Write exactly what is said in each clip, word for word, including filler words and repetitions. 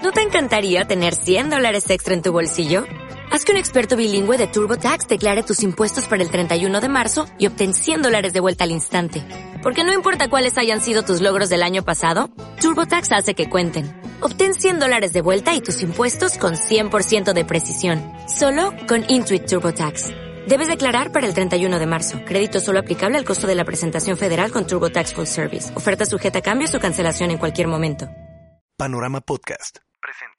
¿No te encantaría tener cien dólares extra en tu bolsillo? Haz que un experto bilingüe de TurboTax declare tus impuestos para el treinta y uno de marzo y obtén cien dólares de vuelta al instante. Porque no importa cuáles hayan sido tus logros del año pasado, TurboTax hace que cuenten. Obtén cien dólares de vuelta y tus impuestos con cien por ciento de precisión. Solo con Intuit TurboTax. Debes declarar para el treinta y uno de marzo. Crédito solo aplicable al costo de la presentación federal con TurboTax Full Service. Oferta sujeta a cambios o cancelación en cualquier momento. Panorama Podcast presenta.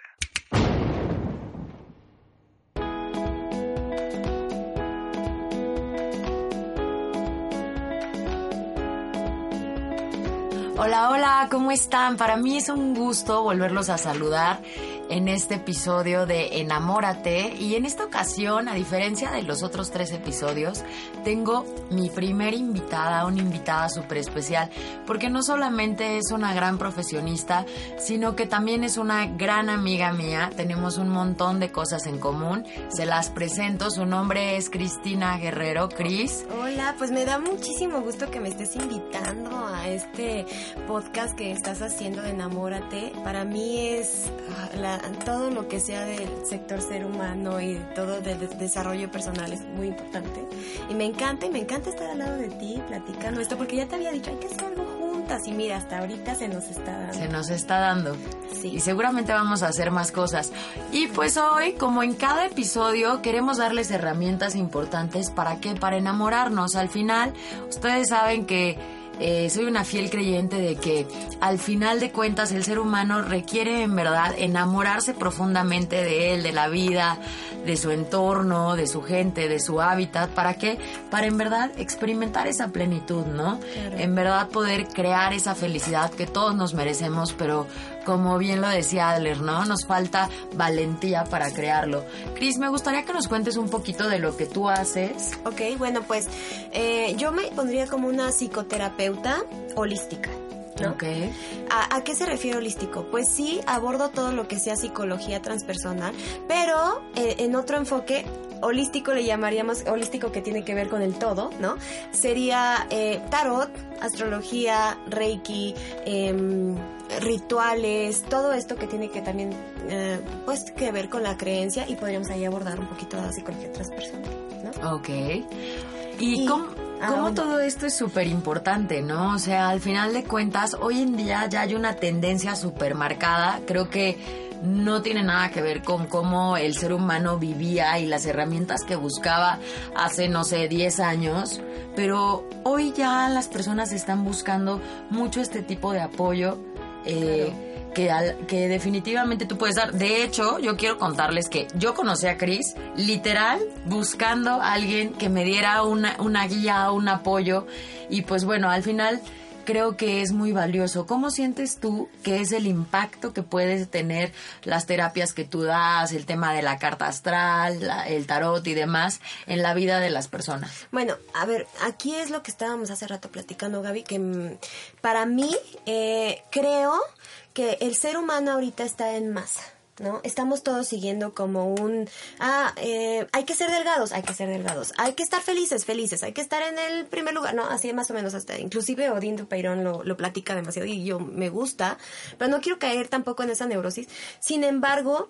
Hola, hola, ¿cómo están? Para mí es un gusto volverlos a saludar en este episodio de Enamórate. Y en esta ocasión, a diferencia de los otros tres episodios, tengo mi primera invitada, una invitada súper especial, porque no solamente es una gran profesionista, sino que también es una gran amiga mía. Tenemos un montón de cosas en común. Se las presento. Su nombre es Cristina Guerrero. Cris. Hola, pues me da muchísimo gusto que me estés invitando a este podcast que estás haciendo de Enamórate. Para mí es la, todo lo que sea del sector ser humano y todo de, de desarrollo personal es muy importante. Y me encanta, y me encanta estar al lado de ti platicando esto, porque ya te había dicho, hay que hacer algo juntas. Y mira, hasta ahorita se nos está dando. Se nos está dando. Sí. Y seguramente vamos a hacer más cosas. Y pues hoy, como en cada episodio, queremos darles herramientas importantes. ¿Para qué? Para enamorarnos. Al final, ustedes saben que Eh, soy una fiel creyente de que al final de cuentas el ser humano requiere en verdad enamorarse profundamente de él, de la vida, de su entorno, de su gente, de su hábitat. ¿Para qué? Para en verdad experimentar esa plenitud, ¿no? Claro. En verdad poder crear esa felicidad que todos nos merecemos, pero como bien lo decía Adler, ¿no? Nos falta valentía para crearlo. Cris, me gustaría que nos cuentes un poquito de lo que tú haces. Ok, bueno, pues eh, yo me pondría como una psicoterapeuta holística, ¿no? Okay. ¿A, ¿A qué se refiere holístico? Pues sí, abordo todo lo que sea psicología transpersonal, pero eh, en otro enfoque holístico le llamaríamos, holístico que tiene que ver con el todo, ¿no? Sería eh, tarot, astrología, reiki, eh, rituales, todo esto que tiene que también eh, pues que ver con la creencia, y podríamos ahí abordar un poquito de la psicología transpersonal, ¿no? Ok. ¿Y, y cómo, ah, cómo bueno. todo esto es súper importante, ¿no? O sea, al final de cuentas, hoy en día ya hay una tendencia súper marcada. Creo que no tiene nada que ver con cómo el ser humano vivía y las herramientas que buscaba hace, no sé, diez años. Pero hoy ya las personas están buscando mucho este tipo de apoyo. Eh, claro. Que, al, que definitivamente tú puedes dar. De hecho, yo quiero contarles que yo conocí a Cris literal buscando a alguien que me diera una, una guía, un apoyo, y pues bueno, al final creo que es muy valioso. ¿Cómo sientes tú que es el impacto que puedes tener las terapias que tú das, el tema de la carta astral, la, el tarot y demás en la vida de las personas? Bueno, a ver, aquí es lo que estábamos hace rato platicando, Gaby, que m- para mí eh, creo que el ser humano ahorita está en masa, ¿no? Estamos todos siguiendo como un, ah, eh, hay que ser delgados, hay que ser delgados, hay que estar felices, felices, hay que estar en el primer lugar, ¿no? Así más o menos, hasta inclusive Odín Dupeirón lo, lo platica demasiado y yo me gusta, pero no quiero caer tampoco en esa neurosis. Sin embargo,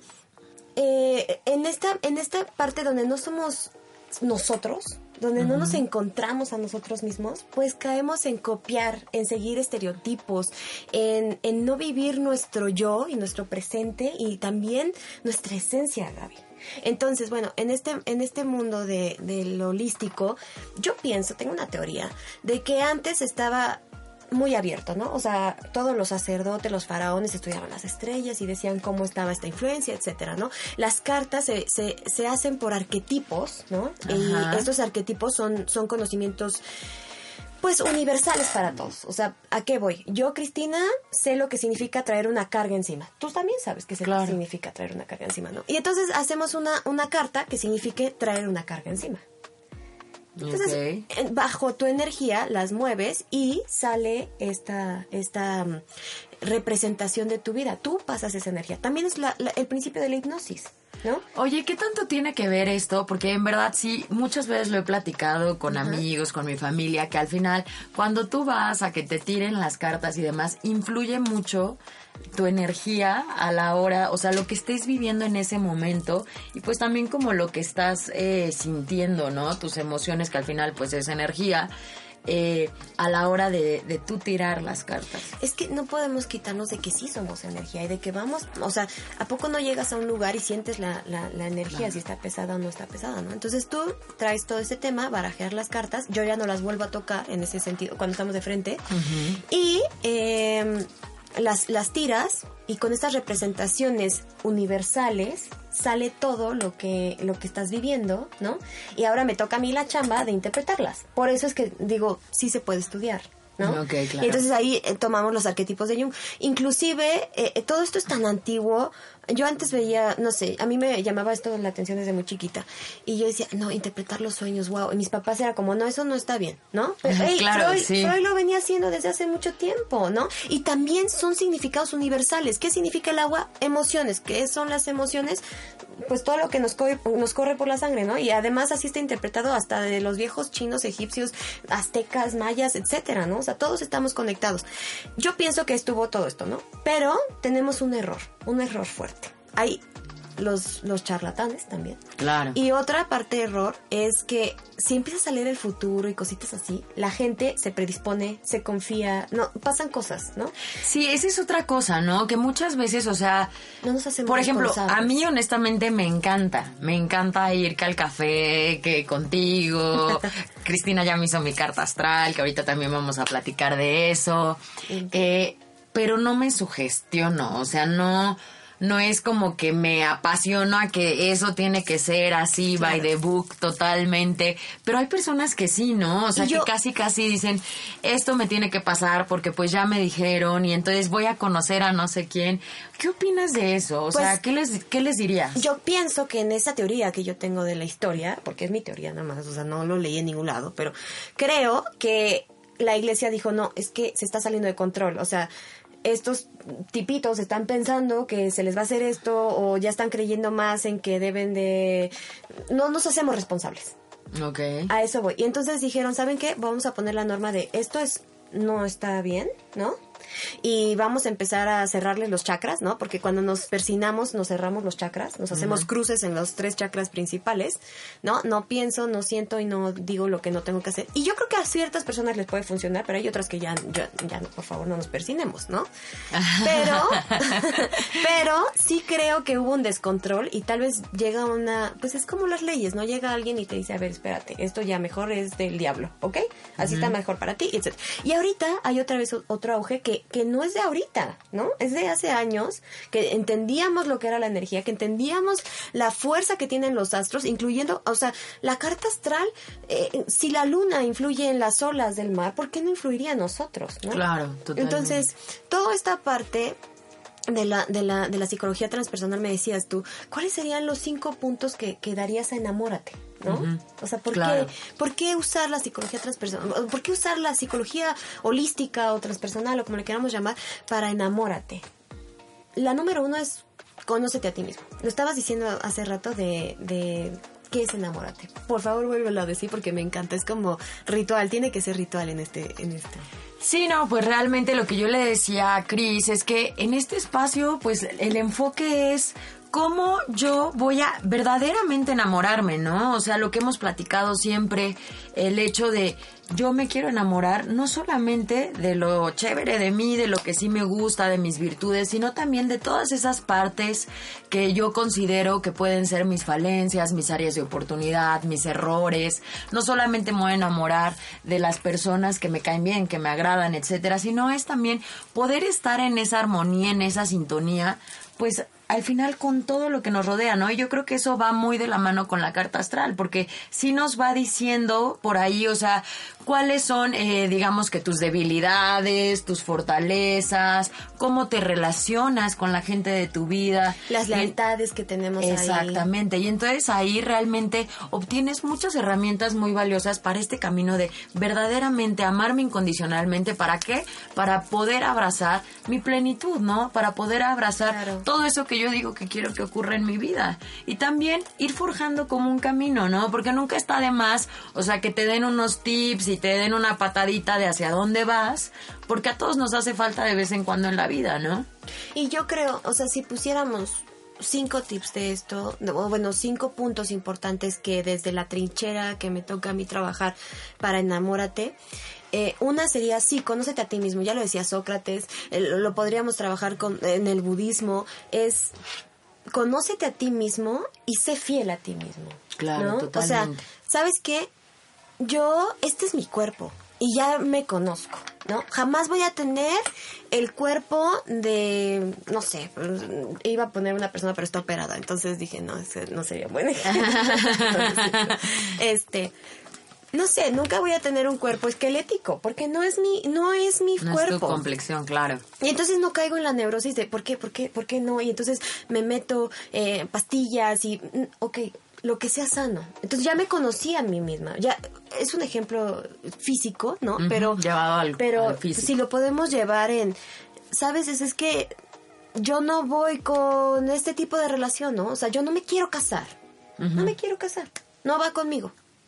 eh, en esta, en esta parte donde no somos nosotros, donde uh-huh. no nos encontramos a nosotros mismos, pues caemos en copiar, en seguir estereotipos, en, en no vivir nuestro yo y nuestro presente y también nuestra esencia, Gaby. Entonces, bueno, en este, en este mundo de, de lo holístico, yo pienso, tengo una teoría, de que antes estaba muy abierto, ¿no? O sea, todos los sacerdotes, los faraones estudiaban las estrellas y decían cómo estaba esta influencia, etcétera, ¿no? Las cartas se, se, se hacen por arquetipos, ¿no? Ajá. Y estos arquetipos son, son conocimientos pues universales para todos. O sea, ¿a qué voy? Yo, Cristina, sé lo que significa traer una carga encima. Tú también sabes qué claro. significa traer una carga encima, ¿no? Y entonces hacemos una, una carta que signifique traer una carga encima. Entonces, okay. bajo tu energía las mueves y sale esta, esta um, representación de tu vida. Tú pasas esa energía. También es la, la, el principio de la hipnosis, ¿no? Oye, ¿qué tanto tiene que ver esto? Porque en verdad sí, muchas veces lo he platicado con uh-huh. amigos, con mi familia, que al final, cuando tú vas a que te tiren las cartas y demás, influye mucho tu energía a la hora, o sea, lo que estés viviendo en ese momento y pues también como lo que estás eh, sintiendo, ¿no? Tus emociones, que al final pues es energía. Eh, a la hora de, de tú tirar las cartas. Es que no podemos quitarnos de que sí somos energía y de que vamos, o sea, ¿a poco no llegas a un lugar y sientes la, la, la energía, claro, si está pesada o no está pesada, ¿no? Entonces tú traes todo ese tema, barajear las cartas, yo ya no las vuelvo a tocar en ese sentido cuando estamos de frente, uh-huh. y eh, las, las tiras y con estas representaciones universales sale todo lo que lo que estás viviendo, ¿no? Y ahora me toca a mí la chamba de interpretarlas. Por eso es que digo, sí se puede estudiar, ¿no? Okay, claro. Y entonces ahí eh, tomamos los arquetipos de Jung. Inclusive, eh, todo esto es tan antiguo. Yo antes veía, no sé, a mí me llamaba esto la atención desde muy chiquita. Y yo decía, no, interpretar los sueños, wow. Y mis papás era como, no, eso no está bien, ¿no? Pero, hey, claro, Freud, sí. Freud lo venía haciendo desde hace mucho tiempo, ¿no? Y también son significados universales. ¿Qué significa el agua? Emociones. ¿Qué son las emociones? Pues todo lo que nos corre, nos corre por la sangre, ¿no? Y además así está interpretado hasta de los viejos chinos, egipcios, aztecas, mayas, etcétera, ¿no? O sea, todos estamos conectados. Yo pienso que estuvo todo esto, ¿no? Pero tenemos un error, un error fuerte. Hay los, los charlatanes también. Claro. Y otra parte de error es que si empiezas a leer el futuro y cositas así, la gente se predispone, se confía, no, pasan cosas, ¿no? Sí, esa es otra cosa, ¿no? Que muchas veces, o sea, no nos hacemos por ejemplo, a mí honestamente me encanta, me encanta ir al café, que contigo, Cristina ya me hizo mi carta astral, que ahorita también vamos a platicar de eso, eh, pero no me sugestiono, o sea, no... No es como que me apasiono a que eso tiene que ser así, claro, by the book, totalmente. Pero hay personas que sí, ¿no? O sea, yo, que casi, casi dicen, esto me tiene que pasar porque pues ya me dijeron y entonces voy a conocer a no sé quién. ¿Qué opinas de eso? O pues, sea, ¿qué les, qué les dirías? Yo pienso que en esa teoría que yo tengo de la historia, porque es mi teoría nada más, o sea, no lo leí en ningún lado, pero creo que la iglesia dijo, no, es que se está saliendo de control, o sea... Estos tipitos están pensando que se les va a hacer esto o ya están creyendo más en que deben de... No nos hacemos responsables. Okay. A eso voy. Y entonces dijeron, ¿saben qué? Vamos a poner la norma de esto es no está bien, ¿no? Y vamos a empezar a cerrarles los chakras, ¿no? Porque cuando nos persinamos, nos cerramos los chakras, nos hacemos uh-huh. cruces en los tres chakras principales, ¿no? No pienso, no siento y no digo lo que no tengo que hacer. Y yo creo que a ciertas personas les puede funcionar, pero hay otras que ya, ya, ya por favor, no nos persinemos, ¿no? Pero, pero sí creo que hubo un descontrol y tal vez llega una, pues es como las leyes, ¿no? Llega alguien y te dice, a ver, espérate, esto ya mejor es del diablo, ¿ok? Así uh-huh. está mejor para ti, etcétera. Y ahorita hay otra vez otro auge que que no es de ahorita, ¿no? Es de hace años que entendíamos lo que era la energía, que entendíamos la fuerza que tienen los astros, incluyendo, o sea, la carta astral, eh, si la luna influye en las olas del mar, ¿por qué no influiría en nosotros, no? Claro, totalmente. Entonces, toda esta parte de la, de la, de la psicología transpersonal, me decías tú, ¿cuáles serían los cinco puntos que, que darías a enamórate? ¿No? Uh-huh. O sea, ¿por, claro. qué, ¿por qué usar la psicología transpersonal? ¿Por qué usar la psicología holística o transpersonal o como le queramos llamar para enamórate? La número uno es conócete a ti mismo. Lo estabas diciendo hace rato de, de ¿qué es enamórate? Por favor, vuélvelo a decir porque me encanta. Es como ritual, tiene que ser ritual en este... En este. Sí, no, pues realmente lo que yo le decía a Cris es que en este espacio, pues el enfoque es... ¿Cómo yo voy a verdaderamente enamorarme, no? O sea, lo que hemos platicado siempre, el hecho de yo me quiero enamorar no solamente de lo chévere de mí, de lo que sí me gusta, de mis virtudes, sino también de todas esas partes que yo considero que pueden ser mis falencias, mis áreas de oportunidad, mis errores. No solamente me voy a enamorar de las personas que me caen bien, que me agradan, etcétera, sino es también poder estar en esa armonía, en esa sintonía, pues al final con todo lo que nos rodea, ¿no? Y yo creo que eso va muy de la mano con la carta astral, porque sí nos va diciendo por ahí, o sea, cuáles son, eh, digamos que tus debilidades, tus fortalezas, cómo te relacionas con la gente de tu vida. Las lealtades y, que tenemos ahí. Exactamente, y entonces ahí realmente obtienes muchas herramientas muy valiosas para este camino de verdaderamente amarme incondicionalmente. ¿Para qué? Para poder abrazar mi plenitud, ¿no? Para poder abrazar claro. todo eso que que yo digo que quiero que ocurra en mi vida. Y también ir forjando como un camino, ¿no? Porque nunca está de más, o sea, que te den unos tips y te den una patadita de hacia dónde vas, porque a todos nos hace falta de vez en cuando en la vida, ¿no? Y yo creo, o sea, si pusiéramos cinco tips de esto, o bueno, cinco puntos importantes que desde la trinchera que me toca a mí trabajar para enamórate, eh, una sería, sí, conócete a ti mismo, ya lo decía Sócrates, eh, lo podríamos trabajar con, en el budismo, es conócete a ti mismo y sé fiel a ti mismo. Claro, ¿no? totalmente. O sea, ¿sabes qué? Yo, este es mi cuerpo y ya me conozco, ¿no? Jamás voy a tener el cuerpo de, no sé, iba a poner una persona pero está operada, entonces dije, no, ese no sería buen ejemplo. Entonces, este, no sé, nunca voy a tener un cuerpo esquelético, porque no es mi, no es mi no cuerpo. Es tu complexión, claro. Y entonces no caigo en la neurosis de ¿por qué, por qué, por qué no? Y entonces me meto eh, pastillas y, ok, lo que sea sano. Entonces ya me conocí a mí misma. Ya es un ejemplo físico, ¿no? Uh-huh, pero llevado al, pero al físico. Si lo podemos llevar en, ¿sabes? Es, es que yo no voy con este tipo de relación, ¿no? O sea, yo no me quiero casar. Uh-huh. No me quiero casar. No va conmigo.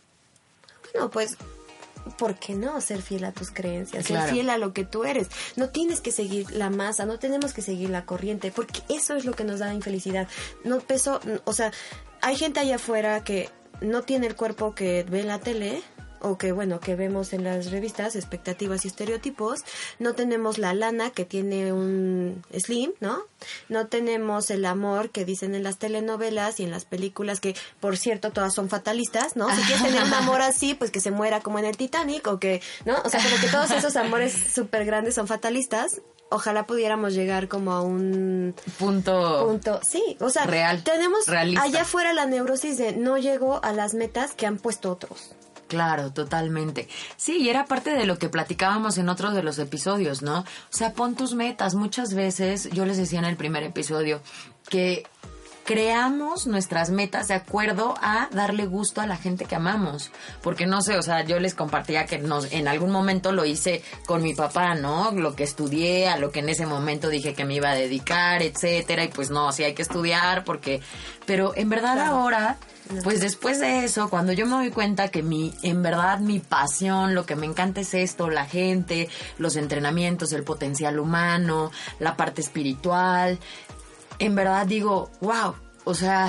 Bueno, pues, ¿por qué no ser fiel a tus creencias? Claro. Ser fiel a lo que tú eres. No tienes que seguir la masa, no tenemos que seguir la corriente, porque eso es lo que nos da infelicidad. No peso, o sea, hay gente allá afuera que no tiene el cuerpo que ve en la tele, o que, bueno, que vemos en las revistas, expectativas y estereotipos. No tenemos la lana que tiene un slim, ¿no? No tenemos el amor que dicen en las telenovelas y en las películas, que, por cierto, todas son fatalistas, ¿no? Si quieres tener un amor así, pues que se muera como en el Titanic, o que, ¿no? O sea, como que todos esos amores súper grandes son fatalistas. Ojalá pudiéramos llegar como a un punto, punto, sí, o sea, real, tenemos realista. Allá afuera la neurosis de no llego a las metas que han puesto otros. Claro, totalmente. Sí, y era parte de lo que platicábamos en otros de los episodios, ¿no? O sea, pon tus metas. Muchas veces, yo les decía en el primer episodio, que creamos nuestras metas de acuerdo a darle gusto a la gente que amamos. Porque no sé, o sea, yo les compartía que nos, en algún momento lo hice con mi papá, ¿no? Lo que estudié, a lo que en ese momento dije que me iba a dedicar, etcétera. Y pues no, sí hay que estudiar porque... Pero en verdad claro. ahora... Pues después de eso, cuando yo me doy cuenta que mi, en verdad mi pasión, lo que me encanta es esto, la gente, los entrenamientos, el potencial humano, la parte espiritual, en verdad digo, wow, o sea,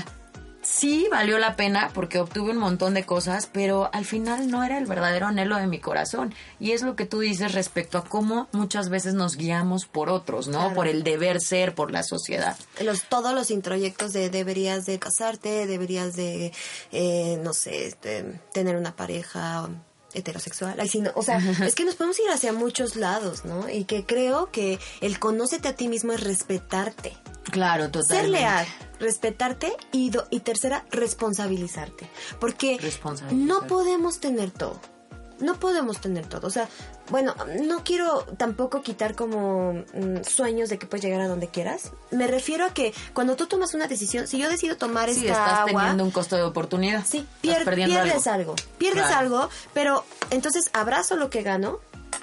sí valió la pena porque obtuve un montón de cosas, pero al final no era el verdadero anhelo de mi corazón. Y es lo que tú dices respecto a cómo muchas veces nos guiamos por otros, ¿no? Claro. Por el deber ser, por la sociedad. Los, todos los introyectos de deberías de casarte, deberías de, eh, no sé, de tener una pareja heterosexual. Ay, sí, no, o sea, es que nos podemos ir hacia muchos lados, ¿no? Y que creo que el conócete a ti mismo es respetarte. Claro, totalmente. Ser leal, respetarte y, do, y tercera, responsabilizarte. Porque no podemos tener todo. No podemos tener todo. O sea, bueno, no quiero tampoco quitar como mmm, sueños de que puedes llegar a donde quieras. Me refiero a que cuando tú tomas una decisión, si yo decido tomar sí, esta estás agua... teniendo un costo de oportunidad. Sí, pier, pierdes algo. algo. Pierdes claro. algo, pero entonces abrazo lo que gano.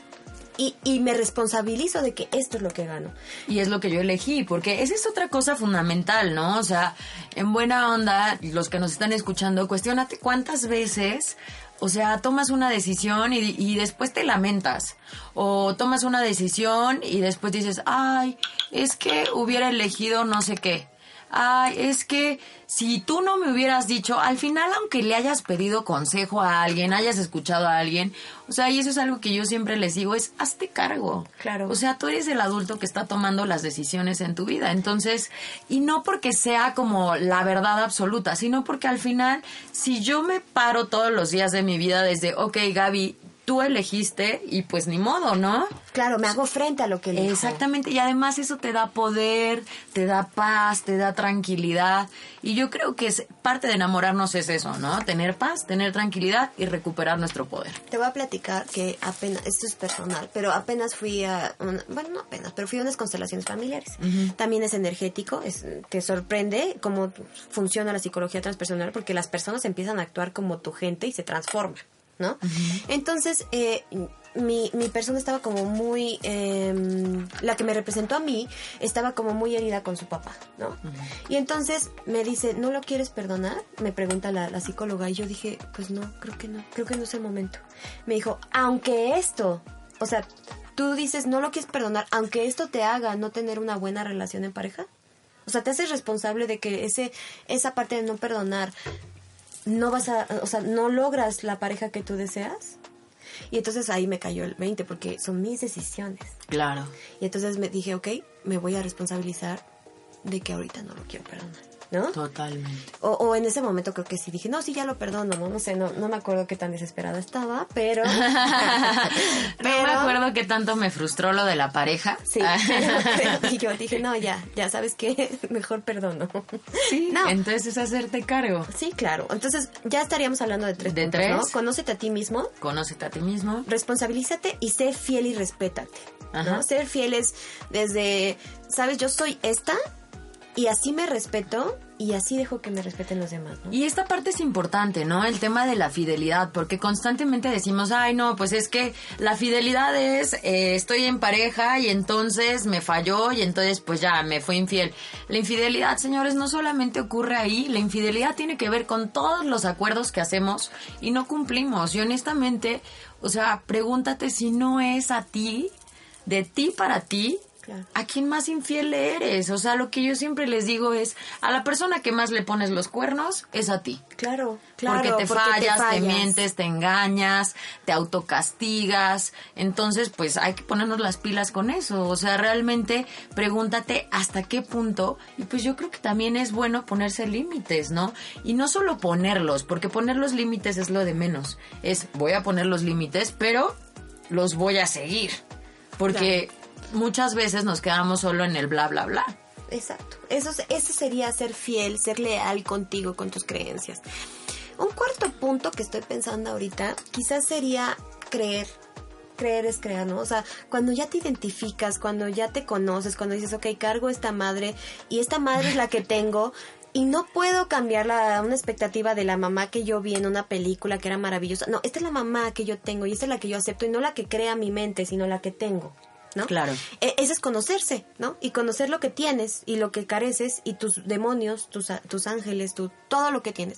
Y, y me responsabilizo de que esto es lo que gano. Y es lo que yo elegí, porque esa es otra cosa fundamental, ¿no? O sea, en buena onda, los que nos están escuchando, cuestiónate cuántas veces, o sea, tomas una decisión y, y después te lamentas. O tomas una decisión y después dices, ay, es que hubiera elegido no sé qué. Ay, es que si tú no me hubieras dicho, al final, aunque le hayas pedido consejo a alguien, hayas escuchado a alguien, o sea, y eso es algo que yo siempre les digo, es hazte cargo. Claro. O sea, tú eres el adulto que está tomando las decisiones en tu vida. Entonces, y no porque sea como la verdad absoluta, sino porque al final, si yo me paro todos los días de mi vida desde, ok, Gaby, tú elegiste y pues ni modo, ¿no? Claro, me hago frente a lo que elijo. Exactamente, y además eso te da poder, te da paz, te da tranquilidad. Y yo creo que es parte de enamorarnos es eso, ¿no? Tener paz, tener tranquilidad y recuperar nuestro poder. Te voy a platicar que apenas, esto es personal, pero apenas fui a, una, bueno, no apenas, pero fui a unas constelaciones familiares. Uh-huh. También es energético, es, te sorprende cómo funciona la psicología transpersonal porque las personas empiezan a actuar como tu gente y se transforman. ¿no? Uh-huh. Entonces, eh, mi, mi persona estaba como muy, eh, la que me representó a mí, estaba como muy herida con su papá, ¿no? Uh-huh. Y entonces me dice, ¿no lo quieres perdonar? Me pregunta la, la psicóloga, y yo dije, pues no, creo que no, creo que no es el momento. Me dijo, aunque esto, o sea, tú dices, no lo quieres perdonar, aunque esto te haga no tener una buena relación en pareja. O sea, te haces responsable de que ese esa parte de no perdonar, no vas a, o sea, no logras la pareja que tú deseas. Y entonces ahí me cayó el veinte, porque son mis decisiones. Claro. Y entonces me dije, ok, me voy a responsabilizar de que ahorita no lo quiero perdonar, ¿no? Totalmente. O, o en ese momento creo que sí dije, no, sí, ya lo perdono, no, no sé, no, no me acuerdo qué tan desesperada estaba, pero... pero... No me acuerdo qué tanto me frustró lo de la pareja. Sí, pero, pero, y yo dije, no, ya, ya sabes qué, mejor perdono. Sí, no. Entonces es hacerte cargo. Sí, claro. Entonces ya estaríamos hablando de tres ¿De puntos, tres? ¿no? Conócete a ti mismo. Conócete a ti mismo. Responsabilízate y sé fiel y respétate. ¿no? Ser fiel es desde, ¿sabes? Yo soy esta y así me respeto y así dejo que me respeten los demás, ¿no? Y esta parte es importante, ¿no? El tema de la fidelidad, porque constantemente decimos, ay, no, pues es que la fidelidad es, eh, estoy en pareja y entonces me falló y entonces pues ya me fue infiel. La infidelidad, señores, no solamente ocurre ahí, la infidelidad tiene que ver con todos los acuerdos que hacemos y no cumplimos. Y honestamente, o sea, pregúntate si no es a ti, de ti para ti, claro. ¿A quién más infiel le eres? O sea, lo que yo siempre les digo es, a la persona que más le pones los cuernos es a ti. Claro, claro. Porque te, porque fallas, te fallas, te mientes, te engañas, te autocastigas. Entonces, pues hay que ponernos las pilas con eso. O sea, realmente pregúntate hasta qué punto. Y pues yo creo que también es bueno ponerse límites, ¿no? Y no solo ponerlos, porque poner los límites es lo de menos. Es, voy a poner los límites, pero los voy a seguir. Porque... Claro. Muchas veces nos quedamos solo en el bla, bla, bla. Exacto. Eso, ese sería ser fiel, ser leal contigo, con tus creencias. Un cuarto punto que estoy pensando ahorita, quizás sería creer. Creer es crear, ¿no? O sea, cuando ya te identificas, cuando ya te conoces, cuando dices, ok, cargo esta madre y esta madre es la que tengo... Y no puedo cambiarla a una expectativa de la mamá que yo vi en una película que era maravillosa. No, esta es la mamá que yo tengo y esta es la que yo acepto y no la que crea mi mente, sino la que tengo. ¿No? Claro. E- eso es conocerse, ¿no? Y conocer lo que tienes y lo que careces y tus demonios, tus, tus ángeles, tu, todo lo que tienes.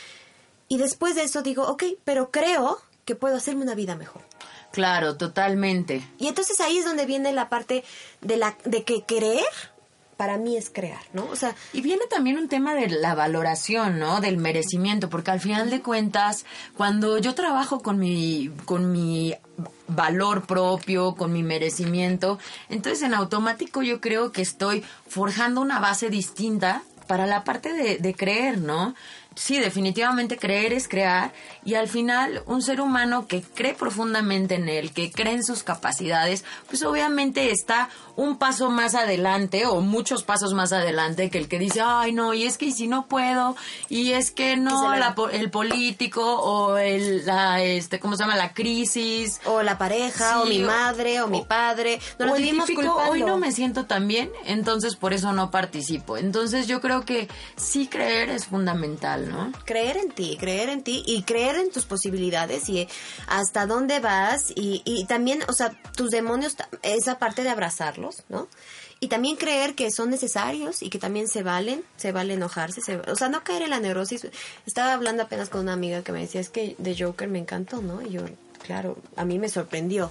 Y después de eso digo, ok, pero creo que puedo hacerme una vida mejor. Claro, totalmente. Y entonces ahí es donde viene la parte de la de que creer para mí es crear, ¿no? O sea, y viene también un tema de la valoración, ¿no? Del merecimiento, porque al final de cuentas, cuando yo trabajo con mi con mi valor propio, con mi merecimiento, entonces en automático yo creo que estoy forjando una base distinta para la parte de, de creer, ¿no? Sí, definitivamente creer es crear, y al final un ser humano que cree profundamente en él, que cree en sus capacidades, pues obviamente está un paso más adelante o muchos pasos más adelante que el que dice, ay no, y es que y si no puedo, y es que no, que la, el político o el, la, este, ¿cómo se llama? La crisis. O la pareja, sí, o mi madre, o, o mi padre. No o el típico, hoy no me siento tan bien, entonces por eso no participo. Entonces yo creo que sí creer es fundamental, ¿no? Creer en ti, creer en ti y creer en tus posibilidades y hasta dónde vas y, y también, o sea, tus demonios, esa parte de abrazarlos, ¿no? Y también creer que son necesarios y que también se valen, se vale enojarse, se, o sea, no caer en la neurosis. Estaba hablando apenas con una amiga que me decía, es que The Joker me encantó, ¿no? Y yo, claro, a mí me sorprendió,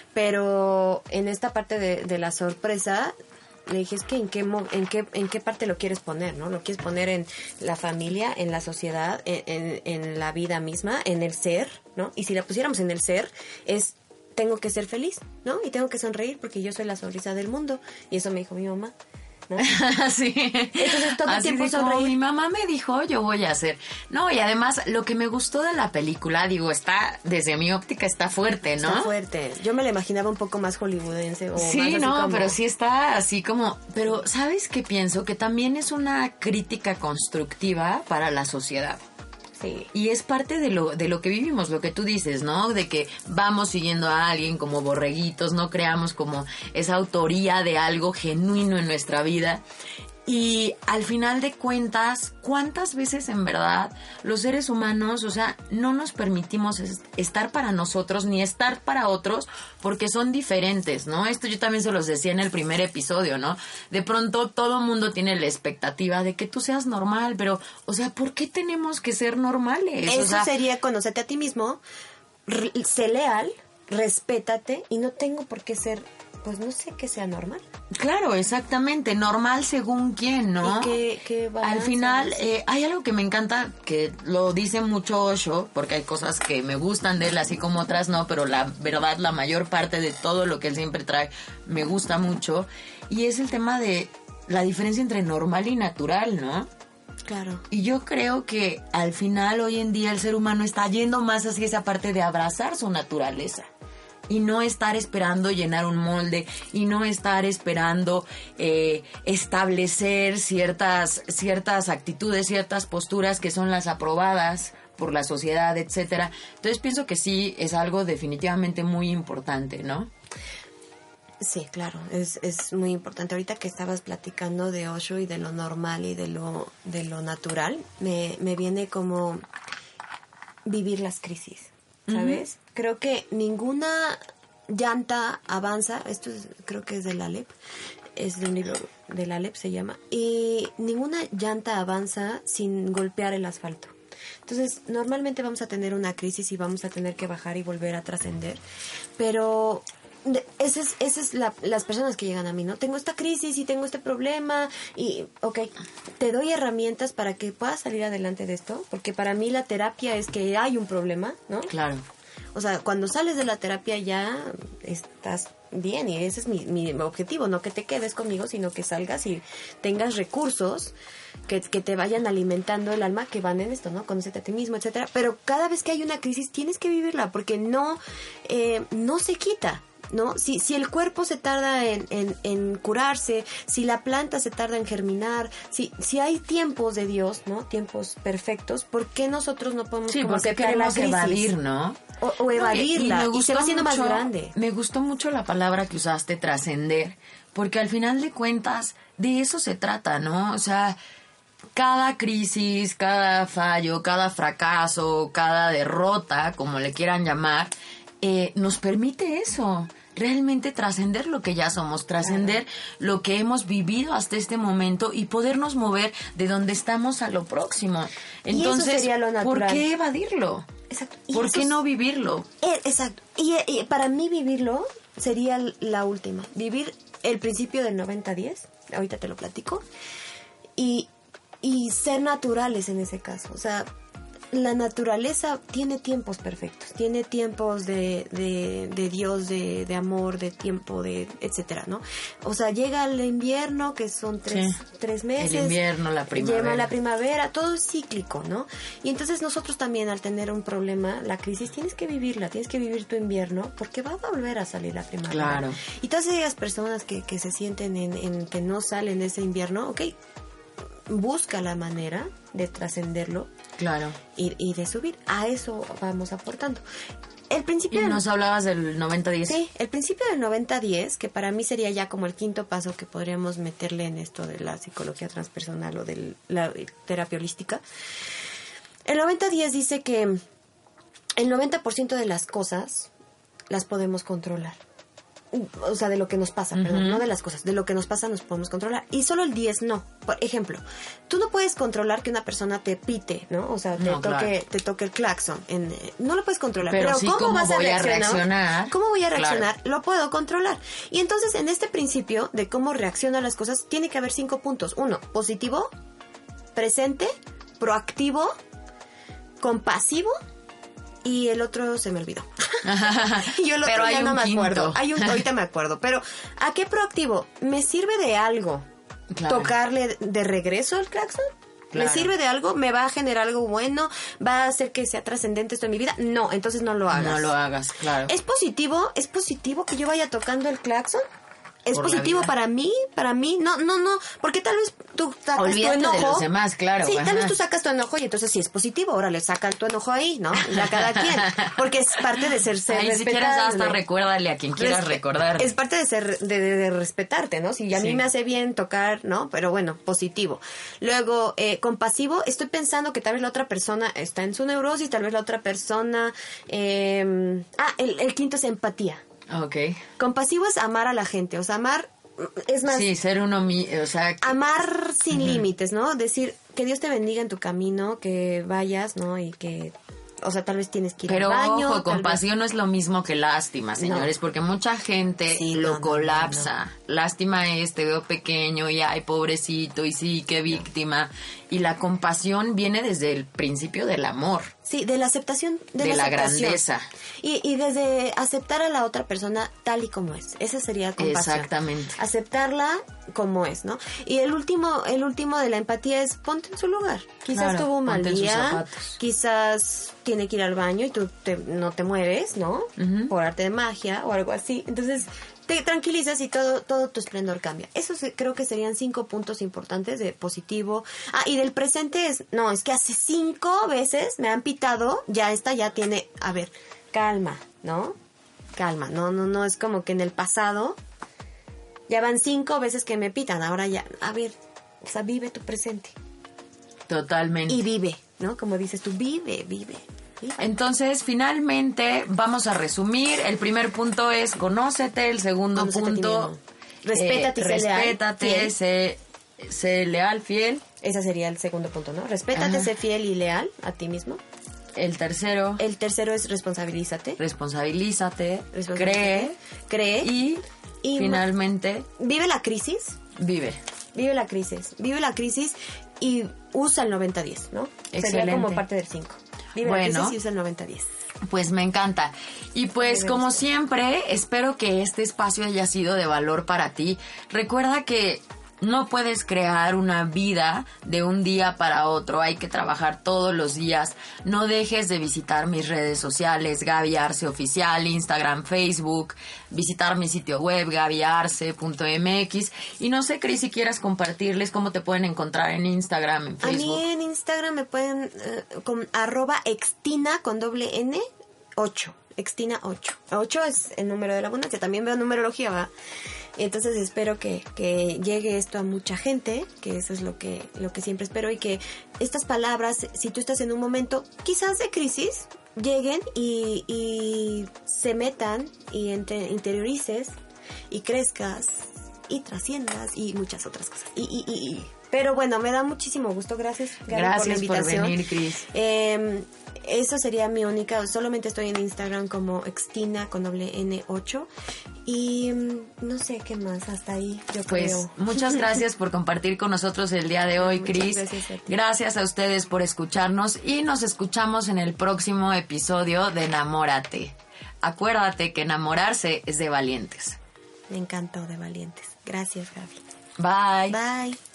pero en esta parte de, de la sorpresa... Le dije, es que en qué, en qué en qué parte lo quieres poner, ¿no? Lo quieres poner en la familia, en la sociedad, en, en, en la vida misma, en el ser, ¿no? Y si la pusiéramos en el ser, es, tengo que ser feliz, ¿no? Y tengo que sonreír porque yo soy la sonrisa del mundo. Y eso me dijo mi mamá, ¿no? Sí. Entonces todo el Así tiempo dijo, sonreír. Mi mamá me dijo, yo voy a hacer. No, y además, lo que me gustó de la película, digo, está, desde mi óptica, está fuerte, ¿no? Está fuerte. Yo me la imaginaba un poco más hollywoodense. O sí, más así no, como... pero sí está así como... Pero, ¿sabes qué pienso? Que también es una crítica constructiva para la sociedad. Sí. Y es parte de lo de lo que vivimos, lo que tú dices, ¿no? De que vamos siguiendo a alguien como borreguitos, no creamos como esa autoría de algo genuino en nuestra vida. Y al final de cuentas, ¿cuántas veces en verdad los seres humanos, o sea, no nos permitimos es- estar para nosotros ni estar para otros porque son diferentes, ¿no? Esto yo también se los decía en el primer episodio, ¿no? De pronto todo mundo tiene la expectativa de que tú seas normal, pero, o sea, ¿por qué tenemos que ser normales? Eso o sea, sería conocerte a ti mismo, r- sé leal, respétate y no tengo por qué ser, pues no sé, que sea normal. claro, exactamente, normal según quién, ¿no? Y que, que Al balance, final, ¿no? eh, hay algo que me encanta, que lo dice mucho Osho, porque hay cosas que me gustan de él, así como otras no, pero la verdad, la mayor parte de todo lo que él siempre trae me gusta mucho, y es el tema de la diferencia entre normal y natural, ¿no? Claro. Y yo creo que al final, hoy en día, el ser humano está yendo más hacia esa parte de abrazar su naturaleza. Y no estar esperando llenar un molde, y no estar esperando eh, establecer ciertas, ciertas actitudes, ciertas posturas que son las aprobadas por la sociedad, etcétera. Entonces pienso que sí es algo definitivamente muy importante, ¿no? Sí, claro, es, es muy importante. Ahorita que estabas platicando de Osho y de lo normal y de lo, de lo natural, me, me viene como vivir las crisis, ¿sabes? Uh-huh. Creo que ninguna llanta avanza, esto es, creo que es del Aleph, es de un libro del Aleph se llama, y ninguna llanta avanza sin golpear el asfalto. Entonces, normalmente vamos a tener una crisis y vamos a tener que bajar y volver a trascender, pero esa es, esa es la, las personas que llegan a mí, ¿no? Tengo esta crisis y tengo este problema y, ok, te doy herramientas para que puedas salir adelante de esto, porque para mí la terapia es que hay un problema, ¿no? Claro. O sea, cuando sales de la terapia ya estás bien y ese es mi, mi objetivo, no que te quedes conmigo, sino que salgas y tengas recursos que, que te vayan alimentando el alma, que van en esto, ¿no? Conócete a ti mismo, etcétera. Pero cada vez que hay una crisis tienes que vivirla porque no, eh, no se quita, ¿no? Si, si el cuerpo se tarda en, en, en curarse, si la planta se tarda en germinar, si, si hay tiempos de Dios, ¿no? Tiempos perfectos, ¿por qué nosotros no podemos sí, como porque queremos evadir, ¿no? O, o evadirla, no, y, y, y se va haciendo mucho, más grande. Me gustó mucho la palabra que usaste, trascender, porque al final de cuentas de eso se trata, ¿no? O sea, cada crisis, cada fallo, cada fracaso, cada derrota, como le quieran llamar, eh, nos permite eso, realmente trascender lo que ya somos, trascender claro. lo que hemos vivido hasta este momento y podernos mover de donde estamos a lo próximo. Entonces, y eso sería lo natural. ¿Por qué evadirlo? Exacto. ¿Por qué es, no vivirlo? Eh, exacto. Y, y para mí vivirlo sería la última. Vivir el principio del noventa diez, ahorita te lo platico, y, y ser naturales en ese caso. O sea, la naturaleza tiene tiempos perfectos, tiene tiempos de, de, de Dios, de, de amor, de tiempo, de etcétera, ¿no? O sea, llega el invierno, que son tres, sí. tres meses. El invierno, la primavera. Llega la primavera, todo es cíclico, ¿no? Y entonces nosotros también, al tener un problema, la crisis, tienes que vivirla, tienes que vivir tu invierno, porque va a volver a salir la primavera. Claro. Y todas aquellas personas que, que se sienten en, en que no salen de ese invierno, ok, busca la manera de trascenderlo. Claro. Y, y de subir. A eso vamos aportando. El principio y del, nos hablabas del noventa diez. Sí, el principio del noventa diez, que para mí sería ya como el quinto paso que podríamos meterle en esto de la psicología transpersonal o de la terapia holística. El noventa diez dice que el noventa por ciento de las cosas las podemos controlar. O sea, de lo que nos pasa, uh-huh. perdón, no de las cosas, de lo que nos pasa nos podemos controlar. Y solo el diez no. Por ejemplo, tú no puedes controlar que una persona te pite, ¿no? O sea, te, no, toque, claro. te toque el claxon. En, no lo puedes controlar. Pero, pero sí, ¿cómo, ¿cómo vas voy a reaccionar? a reaccionar? ¿Cómo voy a reaccionar? Claro. Lo puedo controlar. Y entonces, en este principio de cómo reacciono a las cosas, tiene que haber cinco puntos. Uno, positivo, presente, proactivo, compasivo, y el otro se me olvidó. Y yo el otro pero ya hay no un me quinto. acuerdo. Hay un, ahorita me acuerdo. Pero, ¿a qué proactivo? ¿Me sirve de algo claro. tocarle de regreso el claxon? Claro. ¿Me sirve de algo? ¿Me va a generar algo bueno? ¿Va a hacer que sea trascendente esto en mi vida? No, entonces no lo hagas. No lo hagas, claro. ¿Es positivo? ¿Es positivo que yo vaya tocando el claxon? Es positivo para mí, para mí, no, no, no, porque tal vez tú sacas Olvídate tu enojo. de los demás, claro. Sí, ajá. tal vez tú sacas tu enojo y entonces sí es positivo, órale, saca tu enojo ahí, ¿no? Y a cada quien, porque es parte de ser, ser Ay, si respetable. quieres hasta recuérdale a quien quieras Respe- recordar. Es parte de ser, de, de, de respetarte, ¿no? Si a mí Sí. me hace bien tocar, ¿no? Pero bueno, positivo. Luego, eh, compasivo, estoy pensando que tal vez la otra persona está en su neurosis, tal vez la otra persona, eh, ah, el, el quinto es empatía. Ok. Compasivo es amar a la gente, o sea, amar, es más, Sí, ser uno mi, o sea, amar sin uh-huh. límites, ¿no? Decir que Dios te bendiga en tu camino, que vayas, ¿no? Y que, o sea, tal vez tienes que ir pero al baño. ojo, compasión vez... no es lo mismo que lástima, señores, no. porque mucha gente sí, lo no, colapsa. No, no. Lástima es, te veo pequeño y ay, pobrecito, y sí, qué víctima. Y la compasión viene desde el principio del amor. Sí, de la aceptación. De, de la, la aceptación. grandeza. Y, y desde aceptar a la otra persona tal y como es. Esa sería compasión. Exactamente. Aceptarla como es, ¿no? Y el último, el último de la empatía es ponte en su lugar. Quizás claro, tuvo un mal día, sus quizás tiene que ir al baño y tú te, no te mueves, ¿no? Uh-huh. Por arte de magia o algo así. Entonces te tranquilizas y todo todo tu esplendor cambia. Eso creo que serían cinco puntos importantes de positivo. Ah, y del presente es, no, es que hace cinco veces me han pitado, ya esta ya tiene, a ver, calma, ¿no? Calma, no, no, no, es como que en el pasado ya van cinco veces que me pitan, ahora ya, a ver, o sea, vive tu presente. Totalmente. Y vive, ¿no? Como dices tú, vive, vive. Entonces, finalmente, vamos a resumir. El primer punto es conócete. El segundo conócete punto, respétate, eh, sé respétate, leal, sé, sé leal, fiel. Ese sería el segundo punto, ¿no? Respétate, Ajá. sé fiel y leal a ti mismo. El tercero. El tercero es responsabilízate. Responsabilízate. Cree. Cree. Y, y finalmente. Vive la crisis. Vive. Vive la crisis. Vive la crisis y usa el noventa diez, ¿no? Excelente. Sería como parte del cinco. Vive bueno, la crisis y usa el noventa diez. Pues me encanta. Y pues como siempre, espero que este espacio haya sido de valor para ti. Recuerda que no puedes crear una vida de un día para otro. Hay que trabajar todos los días. No dejes de visitar mis redes sociales, Gaby Arce Oficial, Instagram, Facebook, visitar mi sitio web, gaby arce punto m x. Y no sé, Cris, si quieras compartirles cómo te pueden encontrar en Instagram, en Facebook. A mí en Instagram me pueden uh, con arroba extina con doble N ocho. Extina ocho. ocho es el número de la abundancia. También veo numerología, ¿va? Entonces espero que, que llegue esto a mucha gente, que eso es lo que, lo que siempre espero, y que estas palabras, si tú estás en un momento quizás de crisis, lleguen y, y se metan y entre, interiorices y crezcas y trasciendas y muchas otras cosas. Y, y, y, y. Pero bueno, me da muchísimo gusto. Gracias, Gaby, Gracias por la invitación. por venir, Cris. Eh, eso sería mi única, solamente estoy en Instagram como extina con doble N ocho y no sé qué más, hasta ahí yo pues, creo. Muchas gracias por compartir con nosotros el día de hoy, Cris. Gracias a ti. Gracias a ustedes por escucharnos y nos escuchamos en el próximo episodio de Enamórate. Acuérdate que enamorarse es de valientes. Me encantó, de valientes. Gracias, Gaby. Bye. Bye.